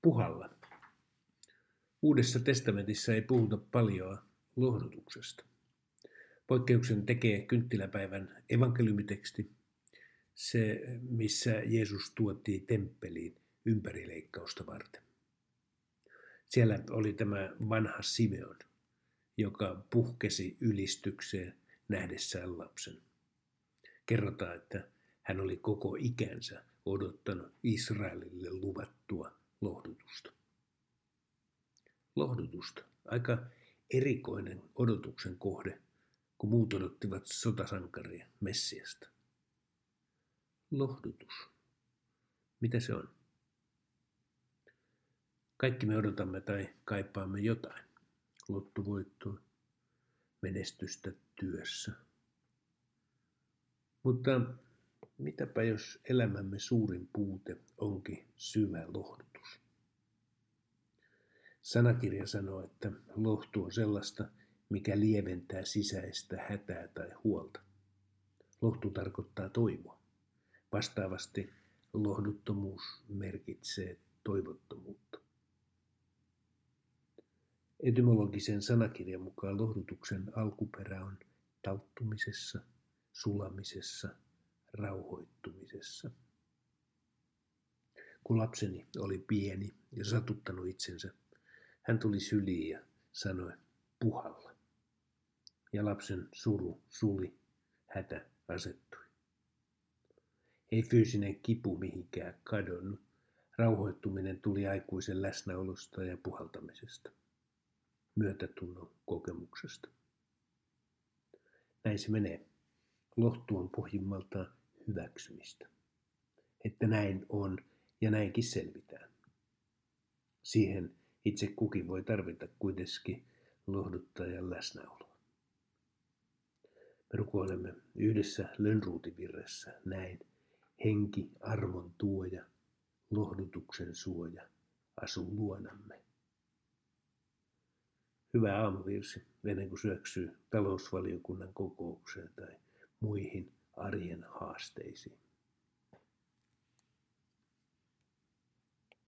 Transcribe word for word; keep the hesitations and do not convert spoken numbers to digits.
Puhalla. Uudessa testamentissa ei puhuta paljon lohdutuksesta. Poikkeuksen tekee kynttiläpäivän evankeliumiteksti, se missä Jeesus tuotiin temppeliin ympärileikkausta varten. Siellä oli tämä vanha Simeon, joka puhkesi ylistykseen nähdessään lapsen. Kerrotaan, että hän oli koko ikänsä odottanut Israelille luvattua lohdutusta. Lohdutusta, aika erikoinen odotuksen kohde, kun muut odottivat sotasankaria Messiasta. Lohdutus. Mitä se on? Kaikki me odotamme tai kaipaamme jotain. Lottovoittoa, menestystä työssä. Mutta mitäpä jos elämämme suurin puute onkin syvä lohdutus? Sanakirja sanoo, että lohtu on sellaista, mikä lieventää sisäistä hätää tai huolta. Lohtu tarkoittaa toivoa. Vastaavasti lohduttomuus merkitsee toivottomuutta. Etymologisen sanakirjan mukaan lohdutuksen alkuperä on talttumisessa, sulamisessa, rauhoittumisessa. Kun lapseni oli pieni ja satuttanut itsensä, hän tuli syliin ja sanoi puhalla. Ja lapsen suru suli, hätä asettui. Ei fyysinen kipu mihinkään kadonnut. Rauhoittuminen tuli aikuisen läsnäolosta ja puhaltamisesta, myötätunnon kokemuksesta. Näin se menee. Lohtu on pohjimmaltaan hyväksymistä. Että näin on ja näinkin selvitään. Siihen itse kukin voi tarvita kuitenkin lohduttajan läsnäoloa. Me rukoilemme yhdessä Lönnruutin virressä näin. Henki, armon tuoja, lohdutuksen suoja, asu luonamme. Hyvä aamuvirsi, ennen kuin syöksyy talousvaliokunnan kokoukseen tai muihin arjen haasteisiin.